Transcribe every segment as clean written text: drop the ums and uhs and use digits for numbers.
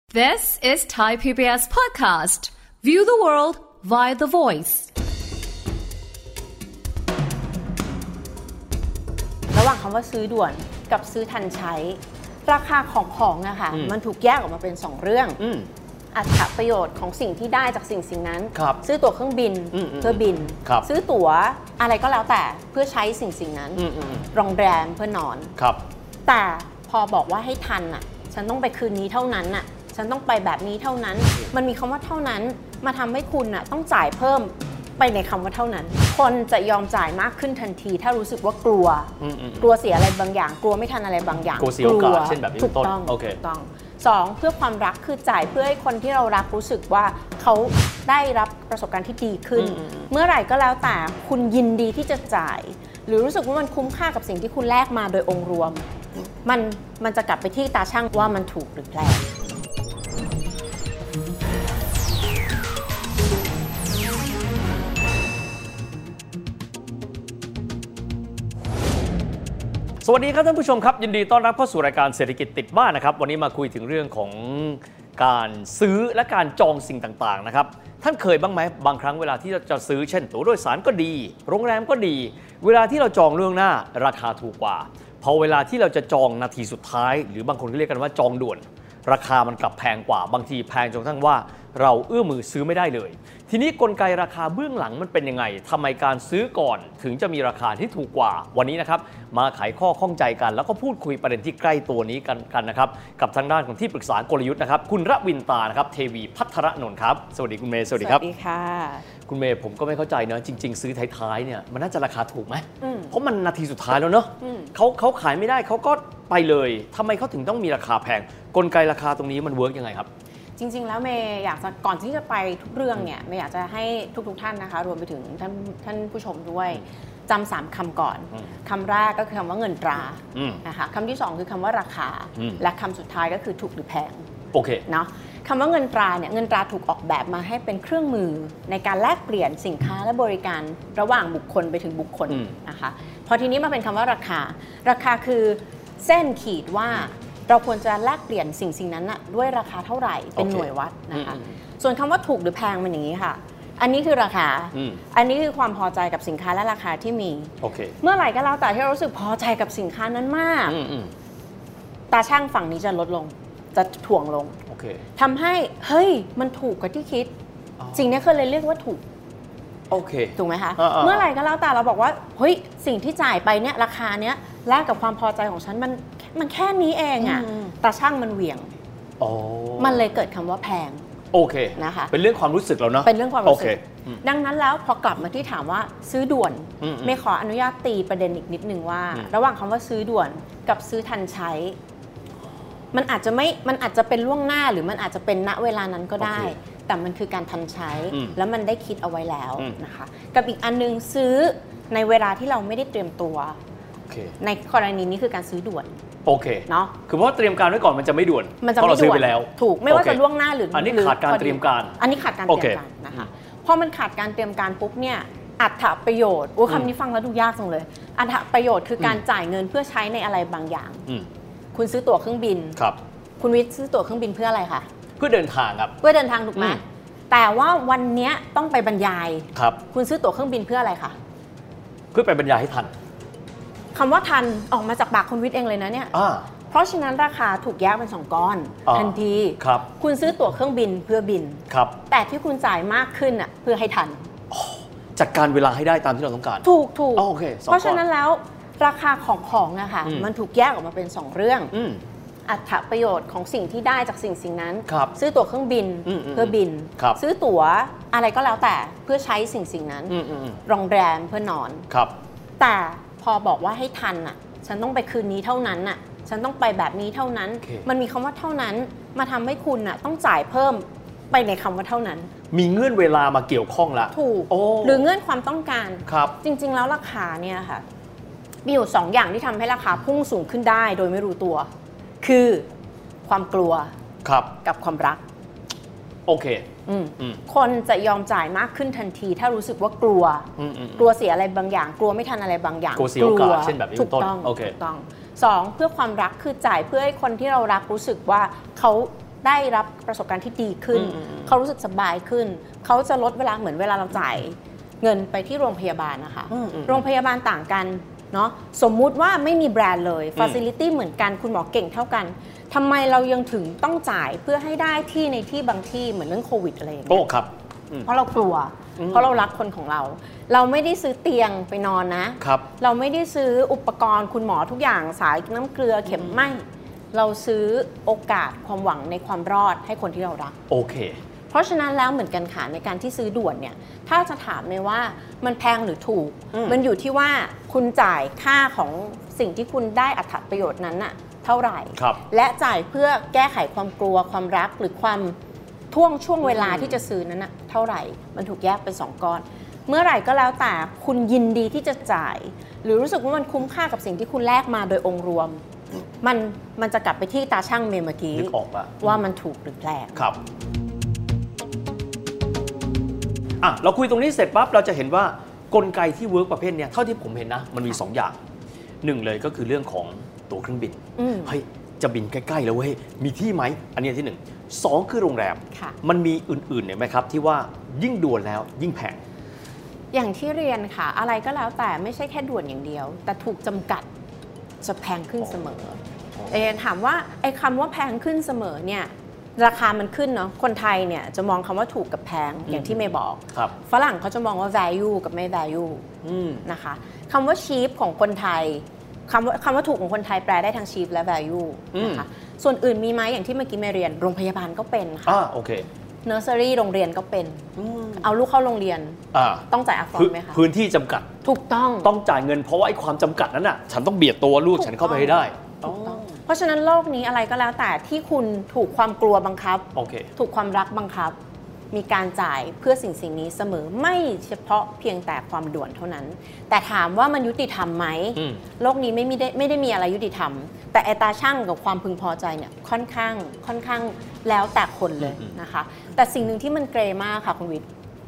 This is Thai PBS podcast. View the world via the voice. ระหว่างคำว่าซื้อด่วนกับซื้อทันใช้ราคาของอะค่ะมันถูกแยกออกมาเป็น2เรื่องอรรถประโยชน์ของสิ่งที่ได้จากสิ่งนั้นซื้อตั๋วเครื่องบินเพื่อบินซื้อตั๋วอะไรก็แล้วแต่เพื่อใช้สิ่งนั้นโรงแรมเพื่อนอนแต่พอบอกว่าให้ทันอะฉันต้องไปคืนนี้เท่านั้นอะฉันต้องไปแบบนี้เท่านั้นมันมีคำว่าเท่านั้นมาทำให้คุณน่ะต้องจ่ายเพิ่มไปในคำว่าเท่านั้นคนจะยอมจ่ายมากขึ้นทันทีถ้ารู้สึกว่ากลัวเสียอะไรบางอย่างกลัวไม่ทันอะไรบางอย่างกลัวเสียโอกาสเช่นแบบนี้ต้นถูกต้อง2เพื่อความรักคือจ่ายเพื่อให้คนที่เรารักรู้สึกว่าเขาได้รับประสบการณ์ที่ดีขึ้นเมื่อไหร่ก็แล้วแต่คุณยินดีที่จะจ่ายหรือรู้สึกว่ามันคุ้มค่ากับสิ่งที่คุณแลกมาโดยองค์รวมมันจะกลับไปที่ตาช่างว่ามันถูกหรือแพงสวัสดีครับท่านผู้ชมครับยินดีต้อนรับเข้าสู่รายการเศรษฐกิจติดบ้านนะครับวันนี้มาคุยถึงเรื่องของการซื้อและการจองสิ่งต่างๆนะครับท่านเคยบ้างไหมบางครั้งเวลาที่เราจะซื้อเช่นตั๋วโดยสารก็ดีโรงแรมก็ดีเวลาที่เราจองล่วงหน้าราคาถูกกว่าพอเวลาที่เราจะจองนาทีสุดท้ายหรือบางคนเรียกกันว่าจองด่วนราคามันกลับแพงกว่าบางทีแพงจนกระทั่งว่าเราเอื้อมมือซื้อไม่ได้เลยทีนี้กลไกราคาเบื้องหลังมันเป็นยังไงทำไมการซื้อก่อนถึงจะมีราคาที่ถูกกว่าวันนี้นะครับมาไขข้อข้องใจกันแล้วก็พูดคุยประเด็นที่ใกล้ตัวนี้กันนะครับกับทางด้านของที่ปรึกษากลยุทธ์นะครับคุณรวินตานะครับเทวีพัทรนนท์ครับสวัสดีคุณเมย์สวัสดีครับสวัสดีค่ะคุณเมย์ผมก็ไม่เข้าใจเนอะจริงๆซื้อท้ายๆเนี่ยมันน่าจะราคาถูกไหมเพราะมันนาทีสุดท้ายแล้วเนอะเขาขายไม่ได้เขาก็ไปเลยทำไมเขาถึงต้องมีราคาแพงกลไกราคาตรงนี้มันเวิร์กยังไงครับจริงๆแล้วเมย์อยากจะก่อนที่จะไปทุกเรื่องเนี่ยเมย์อยากจะให้ทุกท่านนะคะรวมไปถึงท่านผู้ชมด้วยจำ3คำก่อนคำแรกก็คือคำว่าเงินตรานะคะคำที่2คือคำว่าราคาและคำสุดท้ายก็คือถูกหรือแพงโอเคเนาะคำว่าเงินตราเนี่ยเงินตราถูกออกแบบมาให้เป็นเครื่องมือในการแลกเปลี่ยนสินค้าและบริการระหว่างบุคคลไปถึงบุคคลนะคะพอทีนี้มาเป็นคำว่าราคาคือเส้นขีดว่าเราควรจะแลกเปลี่ยนสิ่งนั้นนะด้วยราคาเท่าไหร่เป็นหน่วยวัดนะคะส่วนคำว่าถูกหรือแพงมันอย่างนี้ค่ะอันนี้คือราคาอันนี้คือความพอใจกับสินค้าและราคาที่มีเมื่อไหร่ก็แล้วแต่ที่เรารู้สึกพอใจกับสินค้านั้นมากตาช่างฝั่งนี้จะลดลงจะถ่วงลงทำให้เฮ้ยมันถูกกว่าที่คิดสิ่งนี้เคยเลยเรียกว่าถูกถูกไหมคะเมื่อไหร่ก็แล้วแต่เราบอกว่าเฮ้ยสิ่งที่จ่ายไปเนี่ยราคาเนี้ยแลกกับความพอใจของฉันมันแค่นี้เองอะแต่ช่างมันเหวี่ยงมันเลยเกิดคำว่าแพงนะคะเป็นเรื่องความรู้สึกแล้วเนาะเป็นเรื่องความรู้สึกดังนั้นแล้วพอกลับมาที่ถามว่าซื้อด่วนไม่ขออนุญาตตีประเด็นอีกนิดนึงว่าระหว่างคำว่าซื้อด่วนกับซื้อทันใช้มันอาจจะเป็นล่วงหน้าหรือมันอาจจะเป็นณเวลานั้นก็ได้แต่มันคือการทันใช้แล้วมันได้คิดเอาไว้แล้วนะคะกับอีกอันนึงซื้อในเวลาที่เราไม่ได้เตรียมตัวในกรณีนี้คือการซื้อด่วนเนาะคือเพราะเตรียมการไว้ก่อนมันจะไม่ด่วนเพราะเราซื้อไปแล้วถูกไม่ว่าจะล่วงหน้าหรืออันนี้ขาดการเตรียมการอันนี้ขาดการเตรียมการนะคะพอมันขาดการเตรียมการปุ๊บเนี่ยอรรถประโยชน์คำนี้ฟังแล้วดูยากจังเลยอรรถประโยชน์คือการจ่ายเงินเพื่อใช้ในอะไรบางอย่างคุณซื้อตั๋วเครื่องบินคุณวิทย์ซื้อตั๋วเครื่องบินเพื่ออะไรคะเพื่อเดินทางครับเพื่อเดินทางถูกไหมแต่ว่าวันนี้ต้องไปบรรยายคุณซื้อตั๋วเครื่องบินเพื่ออะไรคะเพื่อไปบรรยายให้ทันคำว่าทันออกมาจากปากคุณวิทย์เองเลยนะเนี่ยเพราะฉะนั้นราคาถูกแยกเป็น2ก้อนทันทีคุณซื้อตั๋วเครื่องบินเพื่อบินแต่ที่คุณจ่ายมากขึ้นอ่ะเพื่อให้ทันจัดการเวลาให้ได้ตามที่เราต้องการถูกเพราะฉะนั้นแล้วราคาของอะค่ะมันถูกแยกออกมาเป็น2เรื่องอรรถประโยชน์ของสิ่งที่ได้จากสิ่งนั้นซื้อตั๋วเครื่องบินเพื่อบินซื้อตั๋วอะไรก็แล้วแต่เพื่อใช้สิ่งนั้นโรงแรมเพื่อนอนแต่พอบอกว่าให้ทันอ่ะฉันต้องไปคืนนี้เท่านั้นอ่ะฉันต้องไปแบบนี้เท่านั้นมันมีคำว่าเท่านั้นมาทำให้คุณอ่ะต้องจ่ายเพิ่มไปในคำว่าเท่านั้นมีเงื่อนเวลามาเกี่ยวข้องละถูกหรือเงื่อนความต้องการจริงๆแล้วราคาเนี่ยค่ะมีอยู่2อย่างที่ทำให้ราคาพุ่งสูงขึ้นได้โดยไม่รู้ตัวคือความกลัวกับความรักคนจะยอมจ่ายมากขึ้นทันทีถ้ารู้สึกว่ากลัวเสียอะไรบางอย่างกลัวไม่ทันอะไรบางอย่างกลัวเสียโอกาสเช่นแบบนี้ถูกต้อง2เพื่อความรักคือจ่ายเพื่อให้คนที่เรารักรู้สึกว่าเขาได้รับประสบการณ์ที่ดีขึ้นเขารู้สึกสบายขึ้นเขาจะลดเวลาเหมือนเวลาเราจ่ายเงินไปที่โรงพยาบาลนะคะโรงพยาบาลต่างกันเนาะสมมุติว่าไม่มีแบรนด์เลย facility เหมือนกันคุณหมอเก่งเท่ากันทำไมเรายังถึงต้องจ่ายเพื่อให้ได้ที่ในที่บางที่เหมือนเรื่องโควิดอะไรอย่างเงี้ยโอ้ครับเพราะเรากลัวเพราะเรารักคนของเราเราไม่ได้ซื้อเตียงไปนอนนะครับเราไม่ได้ซื้ออุปกรณ์คุณหมอทุกอย่างสายน้ำเกลือเข็มไม่เราซื้อโอกาสความหวังในความรอดให้คนที่เรารักโอเคเพราะฉะนั้นแล้วเหมือนกันค่ะในการที่ซื้อด่วนเนี่ยถ้าจะถามเลยว่ามันแพงหรือถูกมันอยู่ที่ว่าคุณจ่ายค่าของสิ่งที่คุณได้อรรถประโยชน์นั้นน่ะเท่าไหร่และจ่ายเพื่อแก้ไขความกลัวความรักหรือความช่วงเวลาที่จะซื้อนั้นน่ะเท่าไหร่มันถูกแยกเป็น2ก้อนเมื่อไหร่ก็แล้วแต่คุณยินดีที่จะจ่ายหรือรู้สึกว่ามันคุ้มค่ากับสิ่งที่คุณแลกมาโดยองค์รวมมันจะกลับไปที่ตาช่างเมื่อกี้ว่ามันถูกหรือแพงครับเราคุยตรงนี้เสร็จปั๊บเราจะเห็นว่ากลไกที่เวิร์กประเภทเนี้ยเท่าที่ผมเห็นนะมันมี2อย่าง1เลยก็คือเรื่องของตั๋วเครื่องบินเฮ้ยจะบินใกล้ๆแล้วเว้ยมีที่ไหมอันนี้ที่1 2คือโรงแรมมันมีอื่นๆเนี่ยไหมครับที่ว่ายิ่งด่วนแล้วยิ่งแพงอย่างที่เรียนค่ะอะไรก็แล้วแต่ไม่ใช่แค่ด่วนอย่างเดียวแต่ถูกจำกัดจะแพงขึ้นเสมอถามว่าไอ้คำว่าแพงขึ้นเสมอเนี่ยราคามันขึ้นเนาะคนไทยเนี่ยจะมองคำว่าถูกกับแพงอย่างที่เมย์บอกฝรั่งเขาจะมองว่า value กับไม่ value นะคะคำว่า cheap ของคนไทยคำว่าถูกของคนไทยแปลได้ทั้ง cheap และ value นะคะส่วนอื่นมีไหมอย่างที่เมื่อกี้เมย์เรียนโรงพยาบาลก็เป็นค่ะโอเคเนอร์เซอรี่โรงเรียนก็เป็นเอาลูกเข้าโรงเรียนต้องจ่ายอัพฟรอนต์ไหมคะพื้นที่จำกัดถูกต้องจ่ายเงินเพราะว่าไอ้ความจำกัดนั้นน่ะฉันต้องเบียดตัวลูกฉันเข้าไปให้ได้เพราะฉะนั้นโลกนี้อะไรก็แล้วแต่ที่คุณถูกความกลัวบังคับ ถูกความรักบังคับมีการจ่ายเพื่อสิ่งนี้เสมอไม่เฉพาะเพียงแต่ความด่วนเท่านั้นแต่ถามว่ามันยุติธรรมไหมโลกนี้ไม่ได้มีอะไรยุติธรรมแต่อัตราช่างกับความพึงพอใจเนี่ยค่อนข้างแล้วแต่คนเลยนะคะแต่สิ่งหนึ่งที่มันเกรมากค่ะคุณวิทย์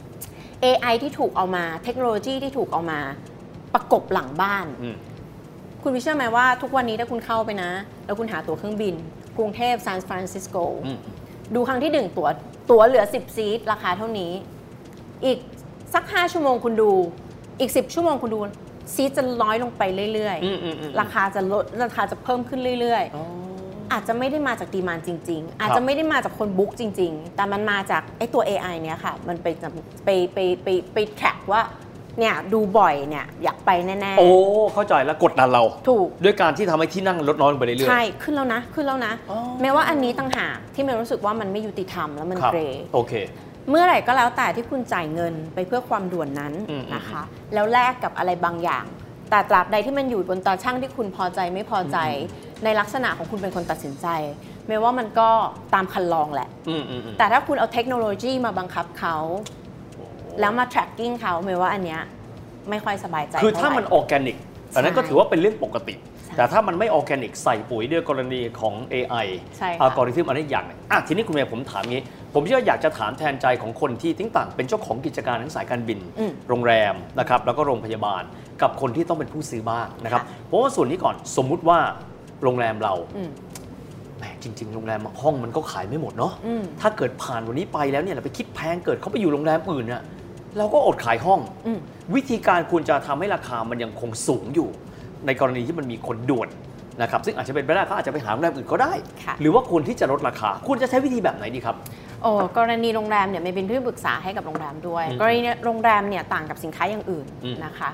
AI ที่ถูกเอามาเทคโนโลยีที่ถูกเอามาประกบหลังบ้านคุณวิเชื่อไหมว่าทุกวันนี้ถ้าคุณเข้าไปนะแล้วคุณหาตั๋วเครื่องบินกรุงเทพซานฟรานซิสโกดูครั้งที่1ตั๋วเหลือ10ซีทราคาเท่านี้อีกสัก5ชั่วโมงคุณดูอีก10ชั่วโมงคุณดูซีทจะน้อยลงไปเรื่อยๆราคาจะเพิ่มขึ้นเรื่อยๆอาจจะไม่ได้มาจากดีมานด์จริงๆอาจจะไม่ได้มาจากคนบุ๊กจริงๆแต่มันมาจากไอ้ตัว AI เนี้ยค่ะมันไปแทร็กว่าเนี่ยดูบ่อยเนี่ยอยากไปแน่ๆโอ้เข้าใจแล้วกดดันเราถูกด้วยการที่ทำให้ที่นั่งลดน้อยลงไปเรื่อยๆใช่ขึ้นแล้วนะแม้ว่าอันนี้ต่างหากที่เมย์รู้สึกว่ามันไม่ยุติธรรมแล้วมันเกรโอเคเมื่อไหร่ก็แล้วแต่ที่คุณจ่ายเงินไปเพื่อความด่วนนั้นนะคะแล้วแลกกับอะไรบางอย่างแต่ตราบใดที่มันอยู่บนตาช่างที่คุณพอใจไม่พอใจในลักษณะของคุณเป็นคนตัดสินใจเมย์ว่ามันก็ตามคันลองแหละแต่ถ้าคุณเอาเทคโนโลยีมาบังคับเขาแล้วมา tracking เขาเมย์ว่าอันเนี้ยไม่ค่อยสบายใจคือถ้ามันออร์แกนิกอันนั้นก็ถือว่าเป็นเรื่องปกติแต่ถ้ามันไม่ออร์แกนิกใส่ปุ๋ยด้วยกรณีของ AI อัลกอริทึมอะไรอย่างนึงทีนี้คุณเมย์ผมถามงี้ผมอยากจะถามแทนใจของคนที่ทิ้งต่างเป็นเจ้าของกิจการทั้งสายการบินโรงแรมนะครับแล้วก็โรงพยาบาลกับคนที่ต้องเป็นผู้ซื้อบ้างนะครับเพราะว่าส่วนนี้ก่อนสมมุติว่าโรงแรมเราแหมจริงๆโรงแรมห้องมันก็ขายไม่หมดเนาะถ้าเกิดผ่านวันนี้ไปแล้วเนี่ยเราไปคิดแพงเกิดเขาไปอยู่โรงแรมอื่นเนี่ยเราก็อดขายห้องวิธีการคุณจะทำให้ราคามันยังคงสูงอยู่ในกรณีที่มันมีคนด่วนนะครับซึ่งอาจจะเป็นไปได้เขาอาจจะไปหาโรงแรมอื่นก็ได้หรือว่าควรที่จะลดราคาคุณจะใช้วิธีแบบไหนดีครับกรณีโรงแรมเนี่ยไม่เป็นที่ปรึกษาให้กับโรงแรมด้วยกรณีโรงแรมเนี่ยต่างกับสินค้าอย่างอื่นนะคะ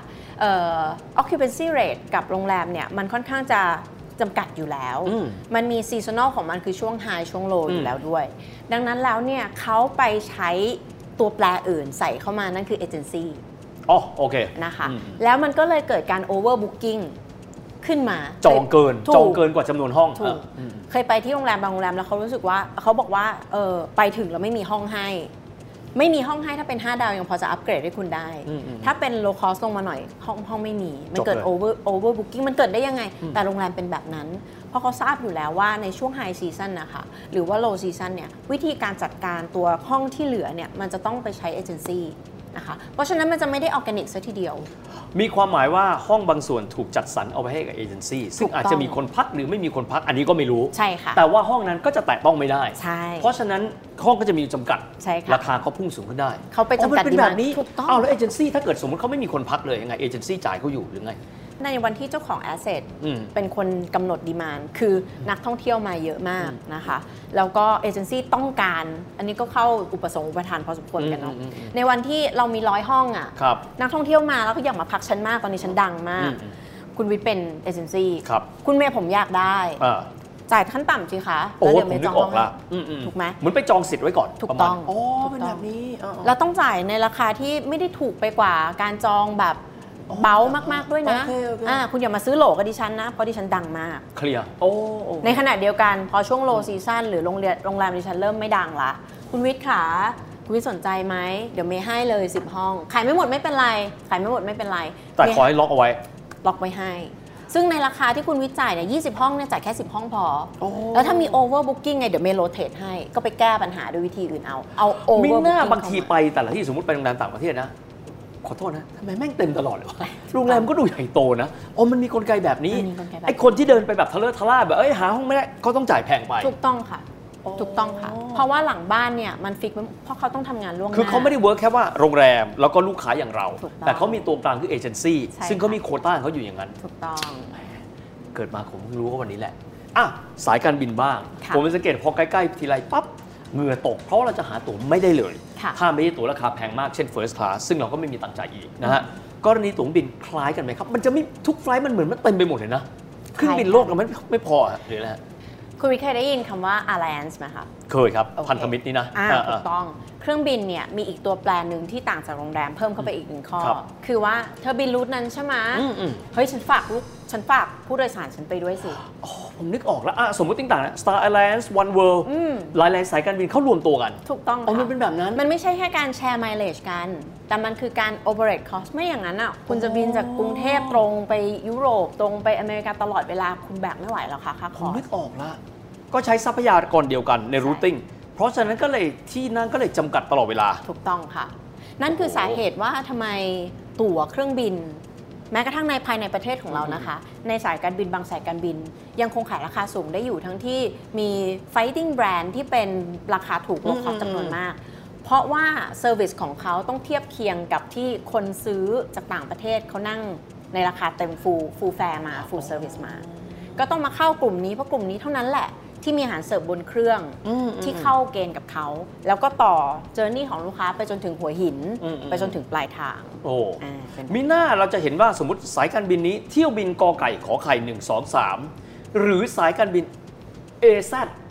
occupancy rate กับโรงแรมเนี่ยมันค่อนข้างจะจำกัดอยู่แล้วมันมี seasonal ของมันคือช่วง high ช่วง low อยู่แล้วด้วยดังนั้นแล้วเนี่ยเขาไปใช้ตัวแปรอื่นใส่เข้ามานั่นคือเอเจนซี่โอเคนะคะแล้วมันก็เลยเกิดการ overbooking ขึ้นมาจองเกินกว่าจำนวนห้องเคยไปที่โรงแรมบางโรงแรมแล้วเขารู้สึกว่าเขาบอกว่าไปถึงแล้วไม่มีห้องให้ถ้าเป็น5ดาวยังพอจะอัปเกรดให้คุณได้ถ้าเป็น low cost ลงมาหน่อยห้องไม่มีมันเกิด overbooking มันเกิดได้ยังไงแต่โรงแรมเป็นแบบนั้นเพราะเขาทราบอยู่แล้วว่าในช่วง high season นะคะหรือว่า low season เนี่ยวิธีการจัดการตัวห้องที่เหลือเนี่ยมันจะต้องไปใช้เอเจนซี่นะคะเพราะฉะนั้นมันจะไม่ได้ออร์แกนิกซะทีเดียวมีความหมายว่าห้องบางส่วนถูกจัดสรรเอาไปให้กับเอเจนซี่ซึ่งอาจจะมีคนพักหรือไม่มีคนพักอันนี้ก็ไม่รู้ใช่ค่ะแต่ว่าห้องนั้นก็จะแตะต้องไม่ได้ใช่เพราะฉะนั้นห้องก็จะมีจำกัดใช่ค่ะราคาเขาพุ่งสูงขึ้นได้เขาไปจำกัดเป็นแบบนี้ถูกต้องแล้วเอเจนซี่ถ้าเกิดสมมติเขาไม่มีคนพักเลยยังไงเอเจนซี่จ่ายเขาอยู่หรือไงในวันที่เจ้าของแอสเซทเป็นคนกำหนดดีมานด์คือนักท่องเที่ยวมาเยอะมากนะคะแล้วก็เอเจนซี่ต้องการอันนี้ก็เข้าอุปสงค์อุปทานพอสมควรกันเนาะในวันที่เรามี100ห้องอ่ะนักท่องเที่ยวมาแล้วก็อยากมาพักชั้นมากตอนนี้ชั้นดังมากคุณวิทย์เป็นเอเจนซี่คุณเมย์ผมอยากได้จ่ายขั้นต่ำสิคะแล้วเดี๋ยวเมย์จองห้องถูกไหมเหมือนไปจองสิทธิ์ไว้ก่อนถูกต้องเป็นแบบนี้แล้วต้องจ่ายในราคาที่ไม่ได้ถูกไปกว่าการจองแบบเบามากๆด้วยนะคุณอย่ามาซื้อโหลกับดิฉันนะเพราะดิฉันดังมากเคลียร์ในขณะเดียวกันพอช่วงโลซีซั่นหรือโรงแรมดิฉันเริ่มไม่ดังละคุณวิทย์ขาคุณวิทย์สนใจไหมเดี๋ยวเมย์ให้เลย10ห้องขายไม่หมดไม่เป็นไรขายไม่หมดไม่เป็นไรแต่ขอให้ล็อกเอาไว้ล็อกไว้ให้ซึ่งในราคาที่คุณวิทย์จ่ายเนี่ย20ห้องเนี่ยจ่ายแค่10ห้องพอแล้วถ้ามีโอเวอร์บุ๊กิ้งไงเดี๋ยวเมย์โรเททให้ก็ไปแก้ปัญหาด้วยวิธีอื่นเอาโอเวอร์บุ๊กิ้งมีหน้าบางทีไปแต่ละที่สมมติไปโรงแรมต่างประเทศนะขอโทษนะทำไมแม่งเต็มตลอดเลยวะโรงแรมก็ดูใหญ่โตนะมันมีกลไกแบบนี้ไอ้คนที่เดินไปแบบทะเลาะทะล่าแบบหาห้องไม่ได้ก็ต้องจ่ายแพงไปถูกต้องค่ะถูกต้องค่ะเพราะว่าหลังบ้านเนี่ยมันฟิกเพราะเขาต้องทำงานล่วงหน้าคือเขาไม่ได้เวิร์คแค่ว่าโรงแรมแล้วก็ลูกค้าอย่างเราแต่เขามีตัวกลางคือเอเจนซี่ซึ่งเขามีโควต้าเขาอยู่อย่างนั้นถูกต้องเกิดมาผมเพิ่งรู้ว่าวันนี้แหละสายการบินบ้างผมสังเกตพอใกล้ๆทีไรปั๊บเหงื่อตกเพราะเราจะหาตั๋วไม่ได้เลยถ้าไม่ใช่ตั๋วราคาแพงมากเช่น First Class ซึ่งเราก็ไม่มีตังค์จ่ายอีกนะฮะกรณีตั๋วบินคล้ายกันไหมครับมันจะไม่ทุกไฟล์มันเหมือนมันเต็มไปหมดเลยนะเครื่องบินโลกมันไม่พอหรืออะไรคุณวิเคยได้ยินคำว่า Alliance ไหมคะเคยครับพันธมิตรนี่นะถูกต้องเครื่องบินเนี่ยมีอีกตัวแปรหนึ่งที่ต่างจากโรงแรมเพิ่มเข้าไปอีกหนึ่งข้อคือว่าเธอบินรูทนั้นใช่ไหมเฮ้ยฉันฝากผู้โดยสารฉันไปด้วยสิผมนึกออกแล้วสมมติต่างๆนะ Star Alliance One World หลายๆสายการบินเข้ารวมตัวกันถูกต้องมันเป็นแบบนั้นมันไม่ใช่แค่การแชร์ mileage กันแต่มันคือการ overrate cost ไม่อย่างนั้นคุณจะบินจากกรุงเทพตรงไปยุโรปตรงไปอเมริกาตลอดเวลาคุณแบกไม่ไหวแล้วค่ะค่าคอร์สผมนึกออกแล้วก็ใช้ทรัพยากรเดียวกันใน routing เพราะฉะนั้นก็เลยที่นั่นก็เลยจำกัดตลอดเวลาถูกต้องค่ะนั่นคือสาเหตุว่าทำไมตั๋วเครื่องบินแม้กระทั่งในภายในประเทศของเรานะคะในสายการบินบางสายการบินยังคงขายราคาสูงได้อยู่ทั้งที่มี fighting brand ที่เป็นราคาถูกโลคอสจำนวนมากเพราะว่าเซอร์วิสของเขาต้องเทียบเคียงกับที่คนซื้อจากต่างประเทศเขานั่งในราคาเต็มฟูลแฟร์มาฟูลเซอร์วิสมาก็ต้องมาเข้ากลุ่มนี้เพราะกลุ่มนี้เท่านั้นแหละที่มีอาหารเสิร์ฟบนเครื่องที่เข้าเกณฑ์กับเขาแล้วก็ต่อเจอร์นี่ของลูกค้าไปจนถึงหัวหินไปจนถึงปลายทางมีหน้าเราจะเห็นว่าสมมติสายการบินนี้เที่ยวบินกอไก่ขอไข่1 2 3หรือสายการบิน AZ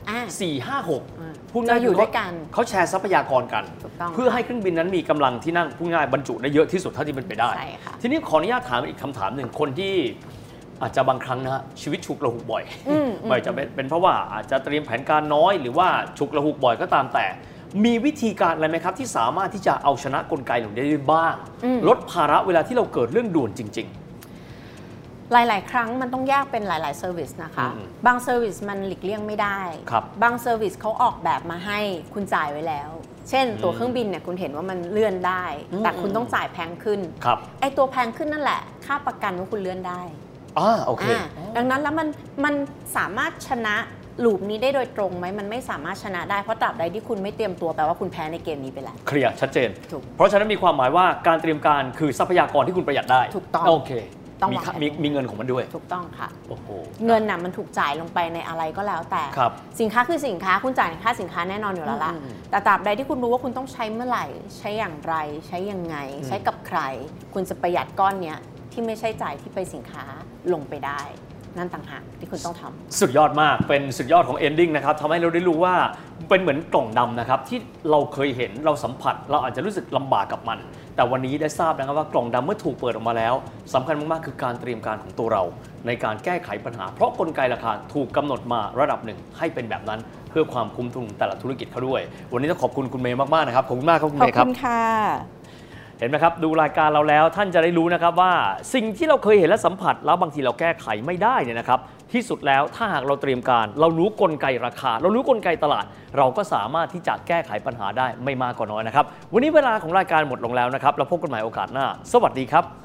456พูดง่ายอยู่ด้วยกันเขาแชร์ทรัพยากรกันเพื่อให้เครื่องบินนั้นมีกำลังที่นั่งพูดง่ายบรรจุได้เยอะที่สุดเท่าที่เป็นไปได้ทีนี้ขออนุญาตถามอีกคำถามหนึ่งคนที่อาจจะบางครั้งนะชีวิตฉุกละหุกบ่อยไม่จะเป็นเพราะว่าอาจจะเตรียมแผนการน้อยหรือว่าฉุกละหุกบ่อยก็ตามแต่มีวิธีการอะไรไหมครับที่สามารถที่จะเอาชนะกลไกเหล่านี้ได้บ้างลดภาระเวลาที่เราเกิดเรื่องด่วนจริงๆหลายๆครั้งมันต้องแยกเป็นหลายๆเซอร์วิสนะคะบางเซอร์วิสมันหลีกเลี่ยงไม่ได้บางเซอร์วิสเขาออกแบบมาให้คุณจ่ายไว้แล้วเช่นตัวเครื่องบินเนี่ยคุณเห็นว่ามันเลื่อนได้แต่คุณต้องจ่ายแพงขึ้นไอ้ตัวแพงขึ้นนั่นแหละค่าประกันว่าคุณเลื่อนได้โอเคดังนั้นแล้วมันสามารถชนะลูปนี้ได้โดยตรงไหมมันไม่สามารถชนะได้เพราะตราบใดที่คุณไม่เตรียมตัวแปลว่าคุณแพ้ในเกมนี้ไปแล้วเคลียร์ชัดเจนเพราะฉะนั้นมีความหมายว่าการเตรียมการคือทรัพยากรที่คุณประหยัดได้ถูกต้องโอเคมีเงินของมันด้วยถูกต้องค่ะเงินน่ะมันถูกจ่ายลงไปในอะไรก็แล้วแต่สินค้าคือสินค้าคุณจ่ายค่าสินค้าแน่นอนอยู่แล้วล่ะแต่ตราบใดที่คุณรู้ว่าคุณต้องใช้เมื่อไหร่ใช้อย่างไรใช้ยังไงใช้กับใครคุณจะประหยัดก้อนเนี้ยที่ไม่ใช่จ่ายที่ไปสินค้าลงไปได้นั่นต่างหากที่คุณต้องทำสุดยอดมากเป็นสุดยอดของ ending นะครับทำให้เราได้รู้ว่าเป็นเหมือนกล่องดำนะครับที่เราเคยเห็นเราสัมผัสเราอาจจะรู้สึกลำบากกับมันแต่วันนี้ได้ทราบนะครับว่ากล่องดำเมื่อถูกเปิดออกมาแล้วสำคัญมากๆคือการเตรียมการของตัวเราในการแก้ไขปัญหาเพราะกลไกราคาถูกกำหนดมาระดับหนึ่งให้เป็นแบบนั้นเพื่อความคุ้มทุนแต่ละธุรกิจเขาด้วยวันนี้ต้องขอบคุณคุณเมย์มากๆนะครับขอบคุณมากครับคุณเมย์ครับขอบคุณค่ะเห็นไหมครับดูรายการเราแล้วท่านจะได้รู้นะครับว่าสิ่งที่เราเคยเห็นและสัมผัสแล้วบางทีเราแก้ไขไม่ได้เนี่ยนะครับที่สุดแล้วถ้าหากเราเตรียมการเรารู้กลไกราคาเรารู้กลไกตลาดเราก็สามารถที่จะแก้ไขปัญหาได้ไม่มากก็น้อยนะครับวันนี้เวลาของรายการหมดลงแล้วนะครับเราพบกันใหม่โอกาสหน้าสวัสดีครับ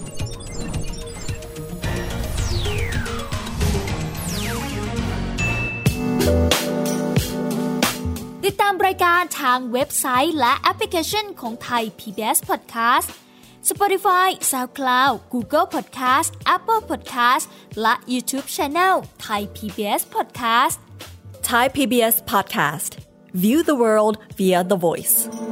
ติดตามรายการทางเว็บไซต์และแอปพลิเคชันของไทย PBS Podcast Spotify SoundCloud Google Podcast Apple Podcast และ YouTube Channel Thai PBS Podcast Thai PBS Podcast. View the world via the voice.